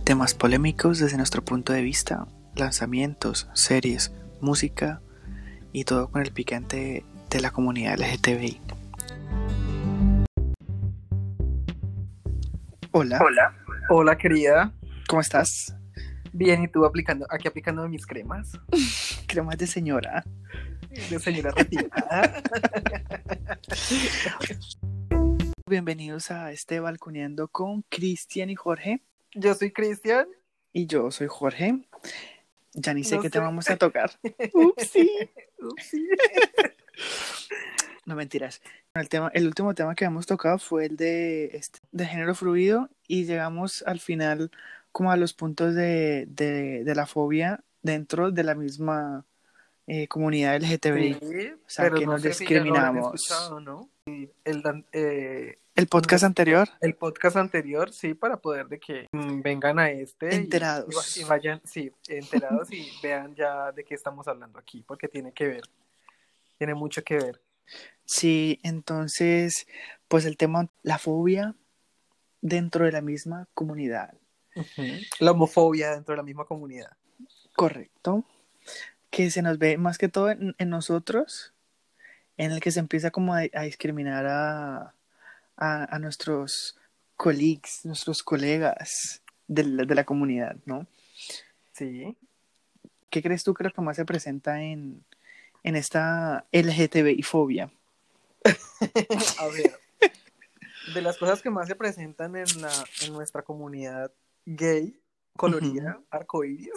Temas polémicos desde nuestro punto de vista, lanzamientos, series, música y todo con el picante de la comunidad LGTBI. Hola. Hola querida. ¿Cómo estás? Bien, ¿y tú aquí aplicando mis cremas? Cremas de señora. De señora retirada. Bienvenidos a este Balconeando con Cristian y Jorge. Yo soy Cristian. Y yo soy Jorge. Ya ni sé No qué sé. tema vamos a tocar. Upsi. No, mentiras. El último tema que hemos tocado fue el de género fluido y llegamos al final como a los puntos de la fobia dentro de la misma comunidad LGTBI. Sí, O sea, pero que no nos sé si ya lo habrán discriminamos. escuchado, ¿no? El podcast anterior, El podcast anterior, sí, para poder de que vengan a este enterados. y vayan, sí, enterados y vean ya de qué estamos hablando aquí, porque tiene mucho que ver. Sí, entonces, pues el tema, la fobia dentro de la misma comunidad. Uh-huh. La homofobia dentro de la misma comunidad. Correcto. Que se nos ve más que todo en nosotros, en el que se empieza como a discriminar a nuestros colleagues, nuestros colegas de la comunidad, ¿no? Sí. ¿Qué crees tú que es lo que más se presenta en esta LGTBI-fobia? A ver, de las cosas que más se presentan en nuestra comunidad gay, colorida, arcoíris.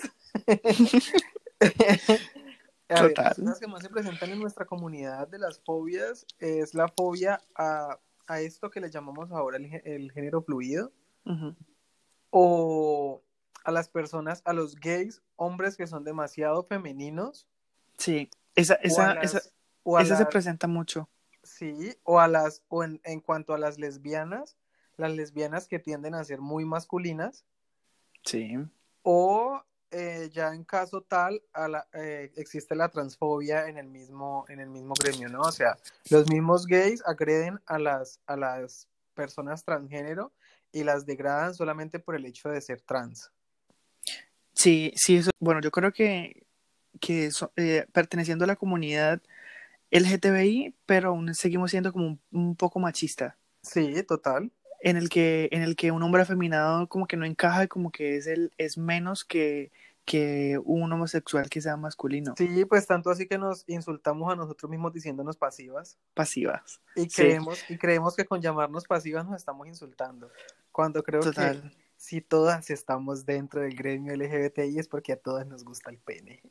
A ver, las Total. cosas que más se presentan en nuestra comunidad de las fobias es la fobia a esto que le llamamos ahora el género fluido, Uh-huh. o a las personas, a los gays, hombres que son demasiado femeninos. Sí, o a esa se las presenta mucho. Sí, en cuanto a las lesbianas que tienden a ser muy masculinas, Sí. o ya en caso tal, existe la transfobia en el mismo gremio, ¿no? O sea, los mismos gays agreden a las personas transgénero y las degradan solamente por el hecho de ser trans. Sí, sí, eso. Bueno, yo creo que perteneciendo a la comunidad LGTBI, pero aún seguimos siendo como un poco machista. Sí, total. En el que un hombre afeminado como que no encaja y como que es menos que un homosexual que sea masculino. Sí, pues tanto así que nos insultamos a nosotros mismos diciéndonos pasivas. Pasivas. Y Sí, creemos que con llamarnos pasivas nos estamos insultando. Cuando creo que total. si todas estamos dentro del gremio LGBTI es porque a todas nos gusta el pene.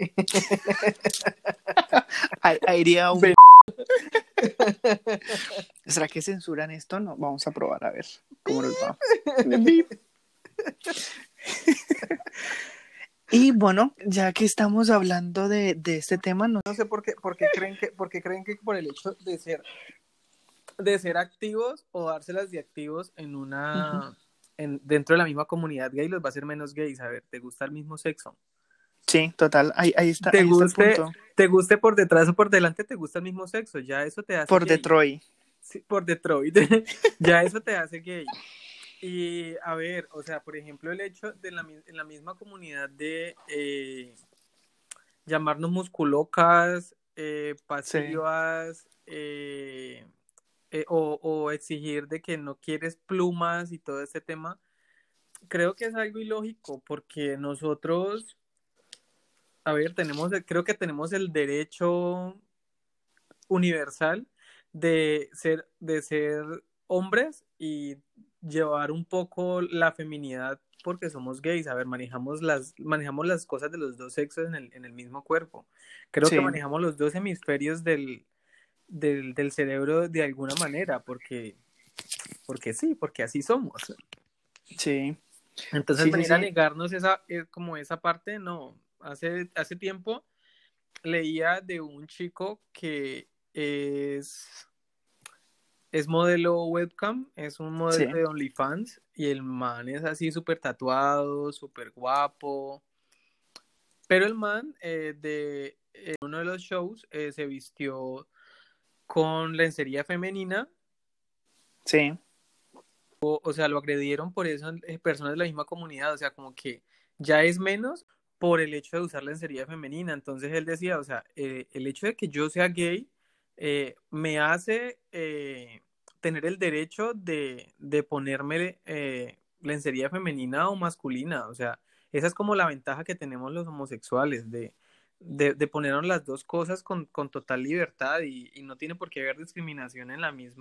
Ahí iría un... ¿Será que censuran esto? No, vamos a probar a ver cómo nos va. Y bueno, ya que estamos hablando de este tema, No sé por qué creen que por el hecho de ser activos o dárselas de activos dentro de la misma comunidad gay los va a hacer menos gays. A ver, ¿te gusta el mismo sexo? sí, total, ahí está el punto. Te guste por detrás o por delante, te gusta el mismo sexo, ya eso te hace Por gay. Detroit. Sí, por Detroit, ya eso te hace gay. Y a ver, o sea, por ejemplo, el hecho de en la misma comunidad de llamarnos musculocas, pasivas, o exigir de que no quieres plumas y todo ese tema, creo que es algo ilógico porque nosotros, a ver, creo que tenemos el derecho universal de ser hombres y llevar un poco la feminidad porque somos gays. A ver, manejamos las cosas de los dos sexos en el mismo cuerpo. Creo que Sí, manejamos los dos hemisferios del cerebro de alguna manera, porque sí, porque así somos. sí, Entonces sí, sí, venir a sí. negarnos como esa parte, no. Hace tiempo leía de un chico que es modelo webcam, es un Sí. modelo de OnlyFans y el man es así súper tatuado, súper guapo. Pero el man en uno de los shows se vistió con lencería femenina Sí. o sea, lo agredieron por eso personas de la misma comunidad, o sea, como que ya es menos por el hecho de usar lencería femenina. Entonces él decía, o sea, el hecho de que yo sea gay me hace tener el derecho de ponerme lencería femenina o masculina, o sea, esa es como la ventaja que tenemos los homosexuales, de ponernos las dos cosas con total libertad y no tiene por qué haber discriminación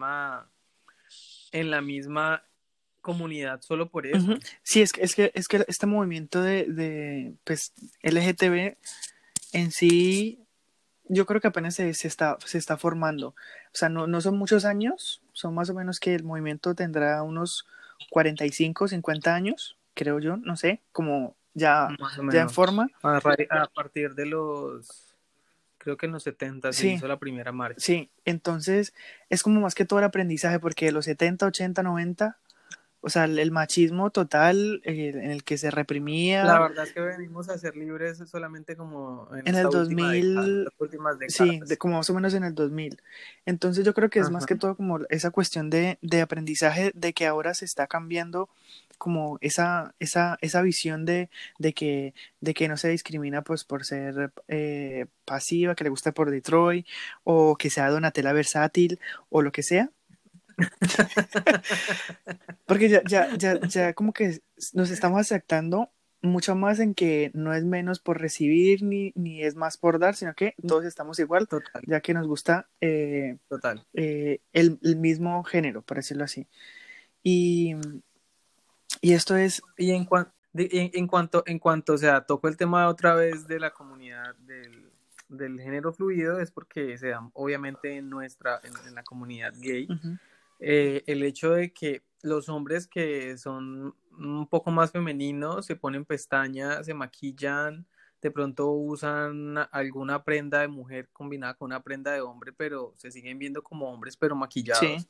en la misma comunidad solo por Ujú. eso. Sí, es que este movimiento de pues, LGTB en sí, yo creo que apenas se está formando. O sea, no son muchos años, son más o menos que el movimiento tendrá unos 45 50 años, creo yo, no sé, como Más o ya en menos. forma. A partir de creo que en los 70 se Sí, hizo la primera marcha. sí, entonces es como más que todo el aprendizaje, porque de los 70 80 90 o sea, el machismo total en el que se La reprimía verdad es que venimos a ser libres solamente como en en el esta última década, en 2000, estas últimas sí, décadas. como más o menos en el 2000. Entonces yo creo que es más Ajá. que todo como esa cuestión de aprendizaje, de que ahora se está cambiando como esa visión de que no se discrimina pues por ser pasiva, que le gusta por Detroit, o que sea Donatella versátil, o lo que sea. Porque ya como que nos estamos aceptando mucho más en que no es menos por recibir ni es más por dar, sino que todos estamos igual, Total, ya que nos gusta total. el mismo género, por decirlo así. Y, y esto es, Y en cuanto, o sea, toco el tema otra vez de la comunidad del género fluido, es porque se da obviamente en la comunidad gay, ujú, el hecho de que los hombres que son un poco más femeninos se ponen pestañas, se maquillan, de pronto usan alguna prenda de mujer combinada con una prenda de hombre, pero se siguen viendo como hombres, pero sí, maquillados.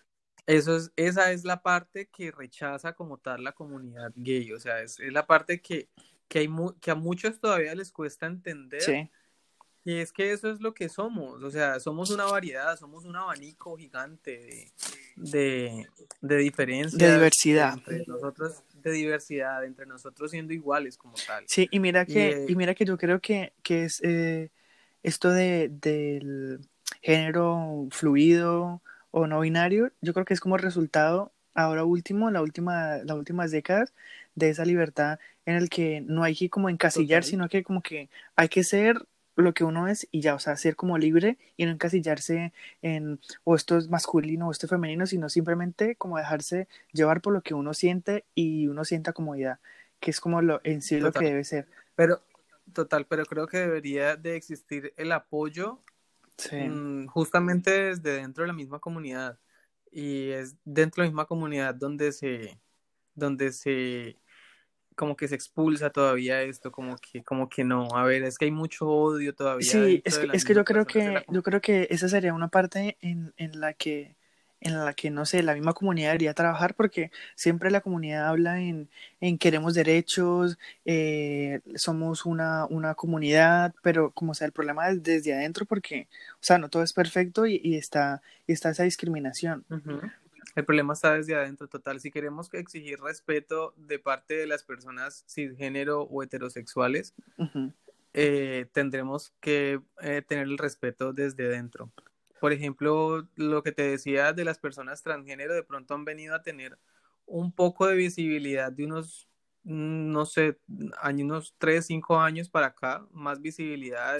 Esa es la parte que rechaza como tal la comunidad gay, o sea, es la parte que a muchos todavía les cuesta entender, sí, y es que eso es lo que somos, o sea, somos una variedad, somos un abanico gigante de, de de diferencias diversidad. entre nosotros, de diversidad, entre nosotros siendo iguales como tal. Sí, y mira Y que yo creo que es esto del género fluido o no binario, yo creo que es como resultado ahora último, las últimas décadas, de esa libertad en el que no hay que como encasillar, total, sino que como que hay que ser lo que uno es y ya, o sea, ser como libre y no encasillarse en o esto es masculino o esto es femenino, sino simplemente como dejarse llevar por lo que uno siente y uno sienta comodidad, que es como en sí lo que total, debe ser. pero, pero creo que debería de existir el apoyo Sí, justamente desde dentro de la misma comunidad. Y es dentro de la misma comunidad donde se, como que se expulsa todavía esto, como que no. A ver, es que hay mucho odio todavía sí, dentro de las es que yo mismas creo personas de la que, yo comunidad. creo que esa sería una parte en la que, no sé, la misma comunidad debería trabajar porque siempre la comunidad habla en queremos derechos, somos una comunidad, pero como sea, el problema es desde adentro porque, o sea, no todo es perfecto y está esa discriminación. Ujú. El problema está desde adentro, total. Si queremos exigir respeto de parte de las personas cisgénero o heterosexuales, Ujú, tendremos que tener el respeto desde dentro. Por ejemplo, lo que te decía de las personas transgénero, de pronto han venido a tener un poco de visibilidad de unos, no sé, unos 3 5 años para acá, más visibilidad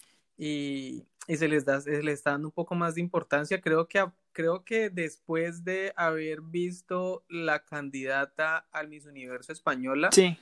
y se les está dando un poco más de importancia. Creo que después de haber visto la candidata al Miss Universo española, sí,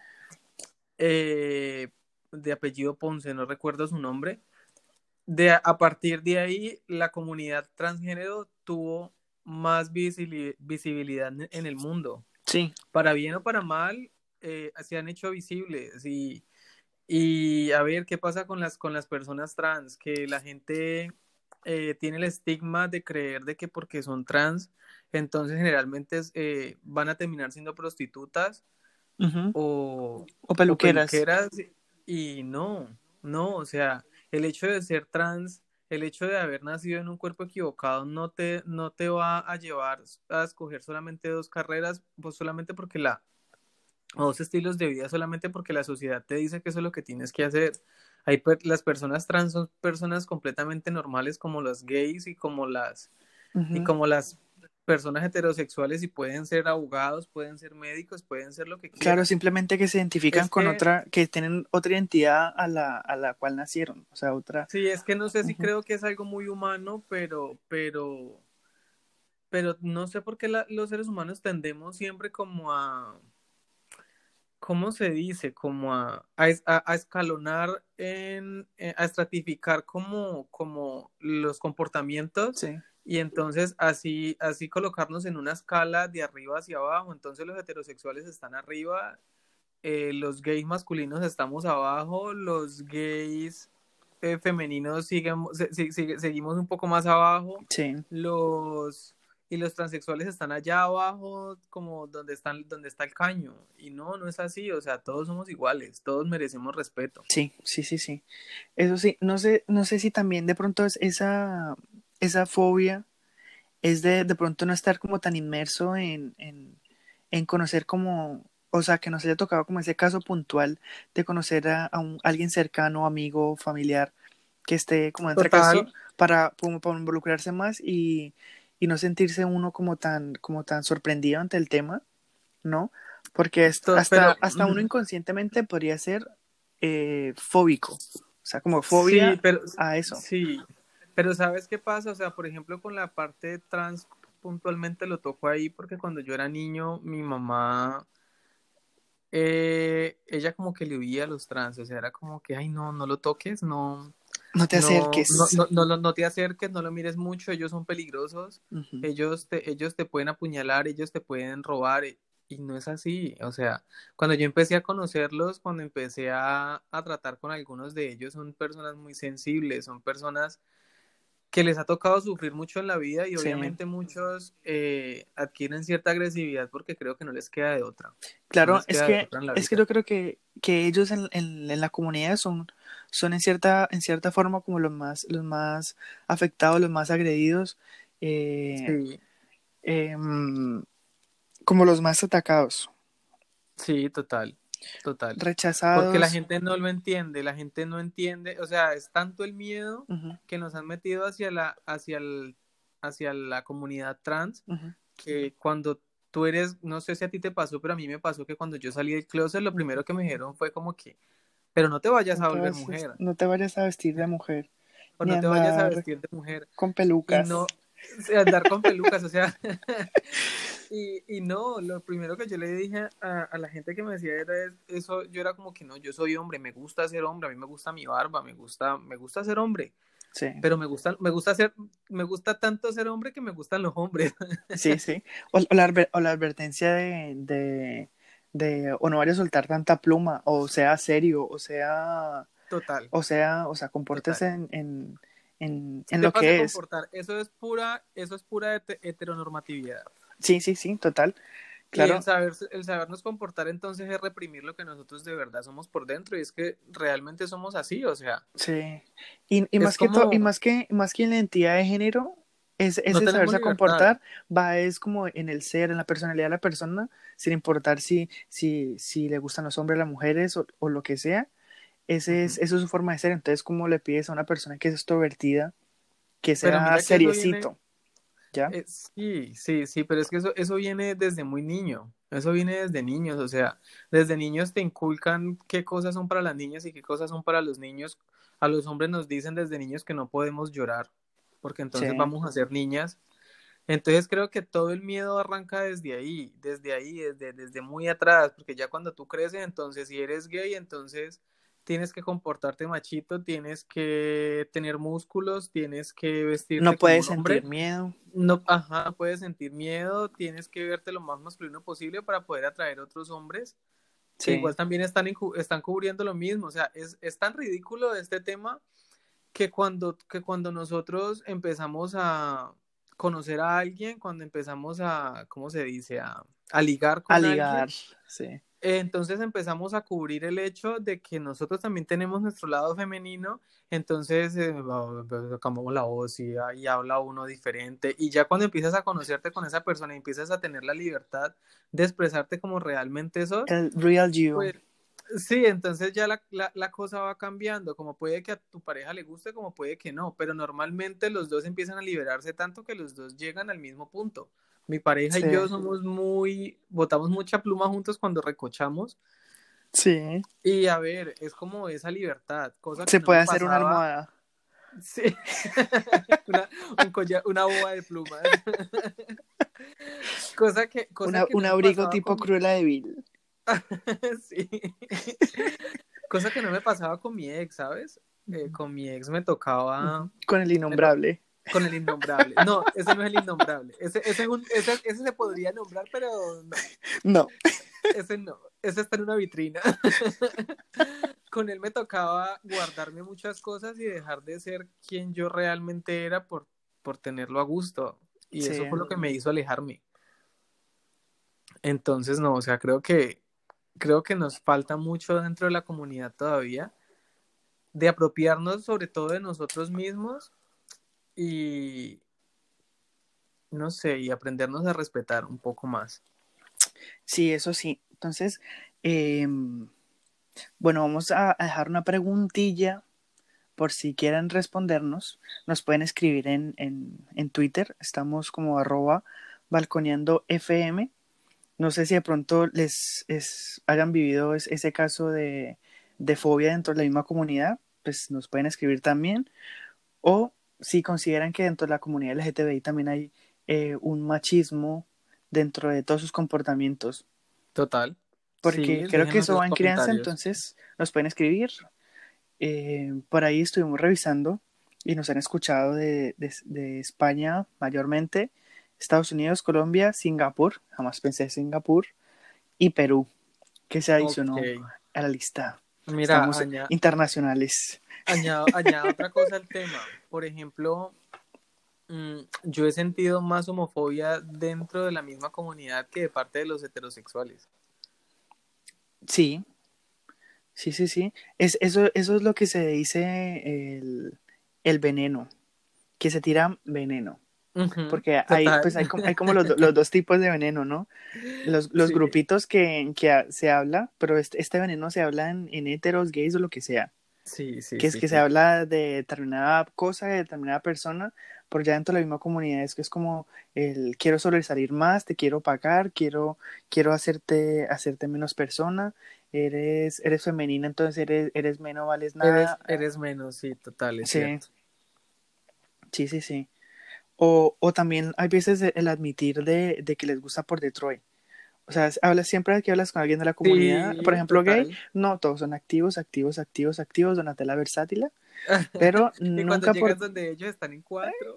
eh, de apellido Ponce, no recuerdo su nombre, a partir de ahí la comunidad transgénero tuvo más visibilidad en el mundo. sí, Para bien o para mal, se han hecho visibles y a ver qué pasa con las personas trans, que la gente tiene el estigma de creer de que porque son trans, entonces generalmente van a terminar siendo prostitutas ujú, o, o o peluqueras. peluqueras y no, o sea, el hecho de ser trans el hecho de haber nacido en un cuerpo equivocado no te va a llevar a escoger solamente dos carreras, pues solamente porque o dos estilos de vida, solamente porque la sociedad te dice que eso es lo que tienes que hacer. Las personas trans son personas completamente normales como los gays y Ujú. como las personas heterosexuales y pueden ser abogados, pueden ser médicos, pueden ser lo que Claro, quieran. simplemente que se identifican Es con que otra, que tienen otra identidad a la cual nacieron, o sea, otra. sí, es que no sé si Ujú. creo que es algo muy humano, pero no sé por qué los seres humanos tendemos siempre como a, ¿cómo se dice? Como a escalonar a estratificar como los comportamientos Sí, y entonces así colocarnos en una escala de arriba hacia abajo. Entonces los heterosexuales están arriba, los gays masculinos estamos abajo, los gays femeninos seguimos un poco más abajo, sí, los y los transexuales están allá abajo, como donde está el caño. Y no, no es así, o sea, todos somos iguales, todos merecemos respeto. sí, sí, sí, sí. Eso sí, no sé si también de pronto es esa fobia es de pronto no estar como tan inmerso en conocer como, o sea, que nos haya tocado como ese caso puntual de conocer alguien cercano, amigo, familiar, que esté como entre Total, caso como para involucrarse más y no sentirse uno como tan sorprendido ante el tema, ¿no? Porque pero hasta uno inconscientemente podría ser fóbico, o sea, como sí, fobia a eso. sí, pero ¿sabes qué pasa? O sea, por ejemplo, con la parte trans puntualmente lo toco ahí porque cuando yo era niño, mi mamá ella como que le huía a los trans, o sea, era como que, ay, no, no lo toques, No te acerques. no te acerques, no lo mires mucho, ellos son peligrosos, Ujú. ellos te pueden apuñalar, ellos te pueden robar, y no es así, o sea, cuando yo empecé a conocerlos, cuando empecé a tratar con algunos de ellos, son personas muy sensibles, son personas que les ha tocado sufrir mucho en la vida y Sí. obviamente muchos adquieren cierta agresividad porque creo que no les queda de otra, no Claro, les queda de otra en la es que vida. yo creo que ellos en la comunidad son en cierta forma como los más afectados, los más agredidos, eh, Sí, em, como los más atacados, sí, total, total. Porque la rechazados. gente no lo entiende, la gente no entiende, o sea, es tanto el miedo Ujú, que nos han metido hacia la comunidad trans ujú, que cuando tú eres, no sé si a ti te pasó, pero a mí me pasó que cuando yo salí del closet, lo ujú. primero que me dijeron fue como que, pero no te vayas a volver mujer, No te vayas a vestir de mujer, o ni no te vayas a andar vestir de mujer, con y pelucas. no, o sea, andar con pelucas, o sea, y no, lo primero que yo le dije a la gente que me decía era eso, yo era como que no, yo soy hombre, me gusta ser hombre, a mí me gusta mi barba, me gusta ser hombre, Sí, pero me gusta tanto ser hombre que me gustan los hombres. sí, sí. O la advertencia o no vayas a soltar tanta pluma, o sea serio, Total, o sea, compórtese total. Si en te lo vas a que es. comportar, eso es pura heteronormatividad. Sí, sí, sí, total. Y Claro, el sabernos comportar entonces es reprimir lo que nosotros de verdad somos por dentro, y es que realmente somos así, o sea, sí. Y es más que todo, como, más que en la identidad de género, no ese tenemos saberse libertad. comportar va es como en el ser, en la personalidad de la persona, sin importar si le gustan los hombres, las mujeres o lo que sea. Ujú. Eso es su forma de ser. Entonces, ¿cómo le pides a una persona que es extrovertida que Pero sea mira que eso viene, seriecito? ¿Ya? sí, sí, sí, pero es que eso viene desde muy niño, eso viene desde niños, o sea, desde niños te inculcan qué cosas son para las niñas y qué cosas son para los niños. A los hombres nos dicen desde niños que no podemos llorar, porque Sí. entonces vamos a ser niñas. Entonces creo que todo el miedo arranca desde muy atrás, porque ya cuando tú creces, entonces si eres gay, entonces tienes que comportarte machito, tienes que tener músculos, tienes que No vestirte como puedes un sentir hombre. miedo. No, ajá, puedes sentir miedo, tienes que verte lo más masculino posible para poder atraer a otros hombres que Sí. igual también están cubriendo lo mismo. O sea, es tan ridículo este tema que cuando nosotros empezamos a conocer a alguien, cuando empezamos a, ¿cómo se dice? A ligar A con alguien, ligar. Sí. Entonces empezamos a cubrir el hecho de que nosotros también tenemos nuestro lado femenino, entonces cambiamos la voz y habla uno diferente. Y ya cuando empiezas a conocerte con esa persona y empiezas a tener la libertad de expresarte como realmente sos, El real you. pues sí, entonces ya la cosa va cambiando, como puede que a tu pareja le guste, como puede que no, pero normalmente los dos empiezan a liberarse tanto que los dos llegan al mismo punto. Mi pareja y Sí, yo botamos mucha pluma juntos cuando recochamos sí. y a ver, es como esa libertad, cosa que Se no me puede hacer una pasaba, almohada. sí, una, una boba de plumas, cosa que Un no me abrigo pasaba tipo con mi, Cruella de Vil. sí, cosa que no me pasaba con mi ex, ¿sabes? Con mi ex me tocaba, Con el me to- innombrable. con el innombrable. No, ese no es el innombrable. Ese se podría nombrar, pero no. No. Ese no. Ese está en una vitrina. Con él me tocaba guardarme muchas cosas y dejar de ser quien yo realmente era por tenerlo a gusto. Y Sí. eso fue lo que me hizo alejarme. Entonces, no, o sea, creo que nos falta mucho dentro de la comunidad todavía de apropiarnos sobre todo de nosotros mismos y, no sé, y aprendernos a respetar un poco más. Sí, eso sí. Entonces, bueno, vamos a dejar una preguntilla por si quieren respondernos. Nos pueden escribir en Twitter. Estamos como @balconeandofm. No sé si de pronto hayan vivido ese caso de fobia dentro de la misma comunidad. Pues nos pueden escribir también. O si consideran que dentro de la comunidad LGTBI también hay un machismo dentro de todos sus comportamientos. Total. Sí, Porque creo que déjenos eso esos va en crianza, comentarios. entonces nos pueden escribir. Por ahí estuvimos revisando y nos han escuchado de España mayormente, Estados Unidos, Colombia, Singapur, jamás pensé en Singapur, y Perú, que se Ok. adicionó a la lista. Mira, Estamos internacionales. añado otra cosa al tema. Por ejemplo, yo he sentido más homofobia dentro de la misma comunidad que de parte de los heterosexuales. Sí, sí, sí, sí. Eso es lo que se dice el veneno, que se tira veneno. Ujú, Porque total. hay como los dos tipos de veneno, ¿no? Los Sí, grupitos se habla, pero este veneno se habla en heteros, gays o lo que sea. sí, sí, Que es sí, que se sí. habla de determinada cosa, de determinada persona, pero ya dentro de la misma comunidad es que es como el quiero sobresalir más, te quiero pagar, quiero hacerte menos persona, eres femenina, entonces eres menos, vales Eres, nada. eres menos, sí, total, es Sí, cierto. sí, sí, sí. O también hay veces el admitir de que les gusta por Detroit. O sea, siempre que hablas con alguien de la comunidad, por Sí, ejemplo, gay, total. no, todos son activos, activos, activos, activos, Donatella Versátila, pero Y cuando nunca llegas donde ellos están en cuatro.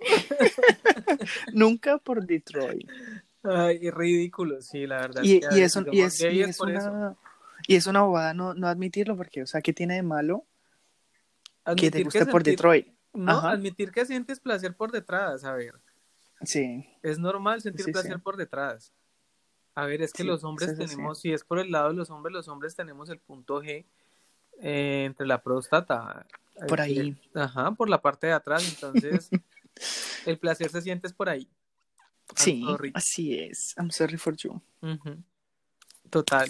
nunca por Detroit. Ay, es ridículo, sí, la verdad es Y, que, a y, ver, es, si un- y, somos es, y gays es es por eso. una y es una bobada no admitirlo, porque, o sea, ¿qué tiene de malo que te Admitir que guste por sentir, Detroit? no, Ajá, admitir que sientes placer por detrás, a ver, sí, es normal sentir sí, sí, placer por detrás. A ver, es que sí, los hombres sí, sí, sí. tenemos, si es por el lado de los hombres tenemos el punto G entre la próstata, Por ahí. ajá, por la parte de atrás, entonces el placer se siente es por ahí. I'm Sí, sorry. así es. I'm sorry for you. Ujú, total.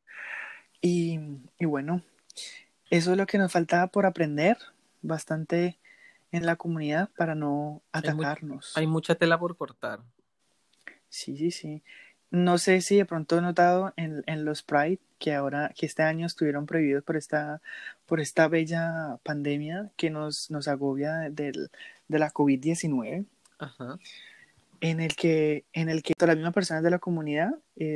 Y, y bueno, eso es lo que nos faltaba por aprender bastante en la comunidad para no Hay, mu- atacarnos. hay mucha tela por cortar. Sí, sí, sí. No sé si de pronto he notado en los Pride que este año estuvieron prohibidos por esta bella pandemia que nos agobia de la COVID-19, Ajá. en el que todas las mismas personas de la comunidad,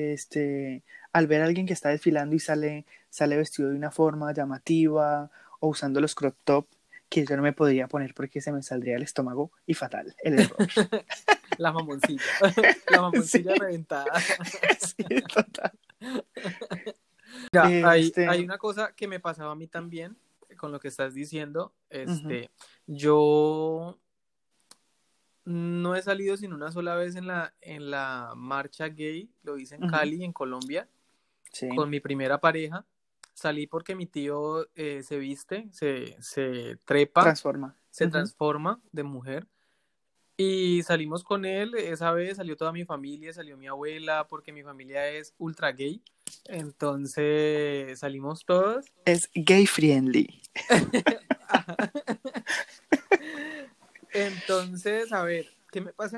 al ver a alguien que está desfilando y sale vestido de una forma llamativa o usando los crop top, que yo no me podría poner porque se me saldría el estómago y fatal, el error. La mamoncilla. La Sí, mamoncilla reventada. sí, total. Mira, hay Este, una cosa que me pasaba a mí también con lo que estás diciendo. ujú, Yo no he salido sino una sola vez en la marcha gay, lo hice en ujú, Cali, en Colombia, Sí. con mi primera pareja. Salí porque mi tío se viste, se trepa, Transforma. se transforma de mujer. Y salimos con él, esa vez salió toda mi familia, salió mi abuela, porque mi familia es ultra gay. Entonces salimos todos. Es gay friendly. Entonces, a ver, ¿qué me pasa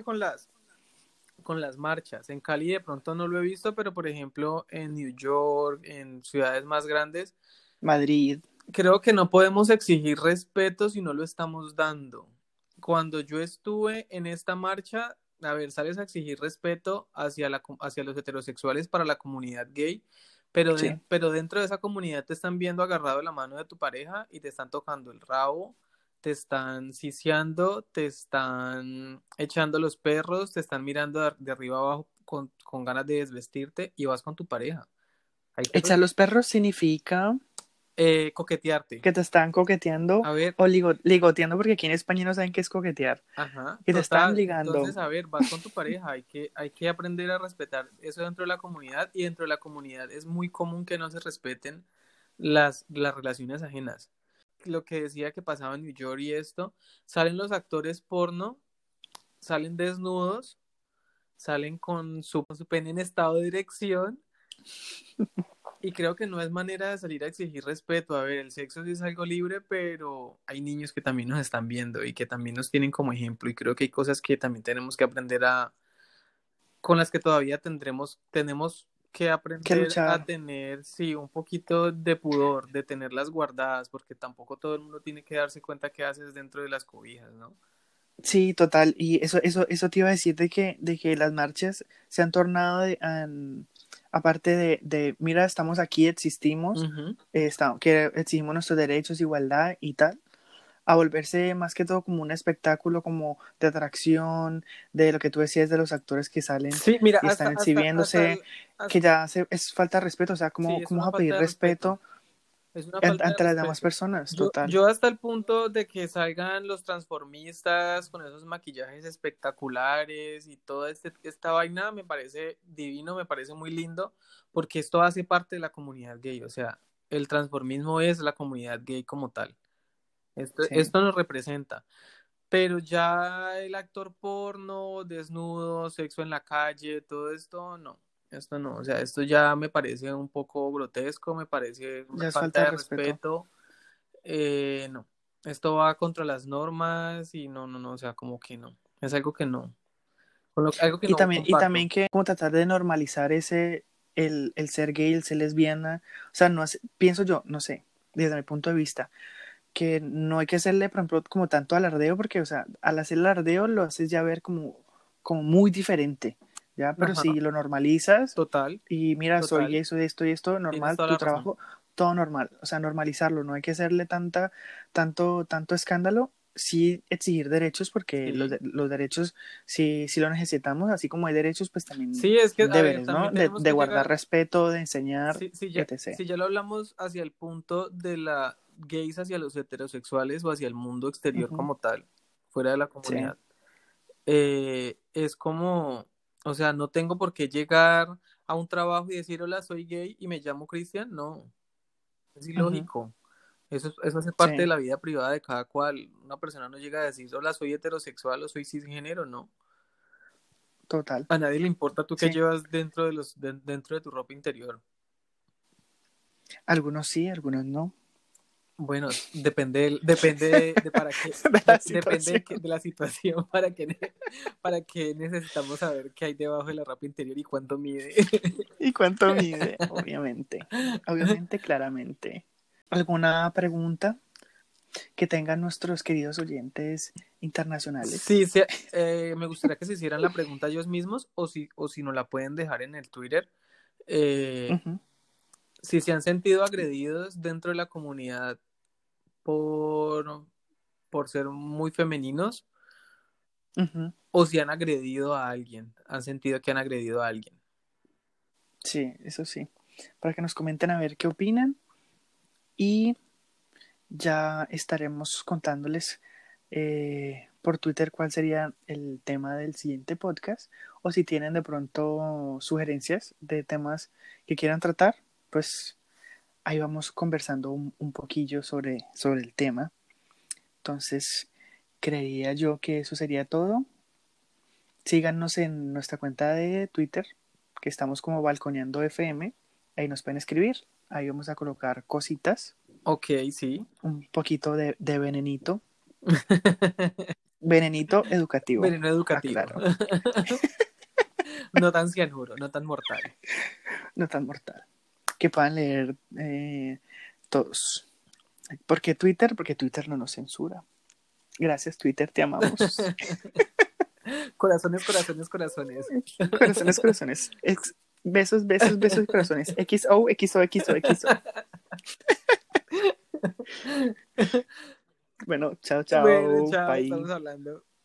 con las marchas? En Cali de pronto no lo he visto, pero por ejemplo en New York, en ciudades más grandes, Madrid. creo que no podemos exigir respeto si no lo estamos dando. Cuando yo estuve en esta marcha, a ver, sales a exigir respeto hacia los heterosexuales para la comunidad gay, Sí. pero dentro de esa comunidad te están viendo agarrado de la mano de tu pareja y te están tocando el rabo, te están siseando, te están echando los perros, te están mirando de arriba abajo con ganas de desvestirte y vas con tu pareja. Hay que Echar los perros significa coquetearte. que te están coqueteando A ver, o ligoteando, porque aquí en España no saben qué es coquetear. ajá, Que te están total. ligando. Entonces, a ver, vas con tu pareja, hay que aprender a respetar eso dentro de la comunidad y dentro de la comunidad es muy común que no se respeten las relaciones ajenas. Lo que decía que pasaba en New York y esto, salen los actores porno, salen desnudos, salen con su pene en estado de erección y creo que no es manera de salir a exigir respeto. A ver, el sexo sí es algo libre, pero hay niños que también nos están viendo y que también nos tienen como ejemplo. Y creo que hay cosas que también tenemos que aprender con las que todavía tenemos que Que aprender a luchar. tener, sí, un poquito de pudor, de tenerlas guardadas, porque tampoco todo el mundo tiene que darse cuenta qué haces dentro de las cobijas, ¿no? Sí, total. Y eso te iba a decir de que las marchas se han tornado aparte mira, estamos aquí, existimos, Ujú. que exigimos nuestros derechos, igualdad y tal, a volverse más que todo como un espectáculo, como de atracción, de lo que tú decías de los actores que salen Sí, mira, y están exhibiéndose, que ya es falta de respeto, o sea, sí, es cómo una vas a pedir falta de respeto. respeto Es una falta de ante las demás respeto. personas, Yo, total. yo hasta el punto de que salgan los transformistas con esos maquillajes espectaculares y toda esta vaina me parece divino, me parece muy lindo, porque esto hace parte de la comunidad gay, o sea, el transformismo es la comunidad gay como tal. Sí. Esto nos representa. Pero ya el actor porno, desnudo, sexo en la calle, todo esto, no. Esto no, o sea, esto ya me parece un poco grotesco, me parece una Ya es falta falta de de respeto. respeto. No, esto va contra las normas y no, o sea, como que no. Es algo que no, algo que no Y comparto. también que como tratar de normalizar el ser gay, el ser lesbiana, o sea, no es, pienso yo, no sé, desde mi punto de vista, que no hay que hacerle, por ejemplo, como tanto alardeo, porque, o sea, al hacer alardeo lo haces ya ver como muy diferente, ¿ya? Pero Ajá, si lo normalizas total, y mira, soy total, gay, soy esto y esto, tienes normal, toda tu la razón. trabajo, todo normal, o sea, normalizarlo, no hay que hacerle tanto escándalo, sí exigir derechos, porque Sí. los derechos sí lo necesitamos, así como hay derechos, pues también Sí, es que, a ver, deberes, ¿no? también tenemos De que guardar llegar. respeto, de enseñar, etc. Si ya lo hablamos hacia el punto de la gays hacia los heterosexuales o hacia el mundo exterior Ujú. como tal, fuera de la Sí. comunidad, es como, o sea, no tengo por qué llegar a un trabajo y decir, hola, soy gay y me llamo Cristian, no, es Ujú. ilógico. Eso hace parte de Sí, la vida privada de cada cual. Una persona no llega a decir, hola, soy heterosexual o soy cisgénero, no. total. A nadie le importa tú qué Sí, llevas dentro de tu ropa interior. algunos sí, algunos no. Bueno, depende, de para qué, De la depende situación. de la situación para que necesitamos saber qué hay debajo de la ropa interior y cuánto mide. ¿Y cuánto mide? Obviamente. Obviamente, claramente. ¿Alguna pregunta que tengan nuestros queridos oyentes internacionales? Sí, me gustaría que se hicieran la pregunta ellos mismos o si nos la pueden dejar en el Twitter. eh, Ujú, si se han sentido agredidos dentro de la comunidad por, por ser muy femeninos ujú. o si han agredido a alguien, han sentido que han agredido a alguien. Sí, eso sí. Para que nos comenten a ver qué opinan y ya estaremos contándoles por Twitter cuál sería el tema del siguiente podcast o si tienen de pronto sugerencias de temas que quieran tratar, pues ahí vamos conversando un poquillo sobre el tema. Entonces, creería yo que eso sería todo. Síganos en nuestra cuenta de Twitter, que estamos como Balconeando FM. Ahí nos pueden escribir. Ahí vamos a colocar cositas, Ok, sí. un poquito de venenito. Venenito educativo, Veneno educativo. aclaro. No tan cianuro, no tan mortal. No tan mortal. Que puedan leer todos. ¿Por qué Twitter? Porque Twitter no nos censura. Gracias, Twitter, te amamos. Corazones, corazones, corazones. Corazones, corazones. Besos, besos, besos y corazones. XO, XO, XO, XO. Bueno, chao, Bueno, chao. chao, Bye. estamos hablando.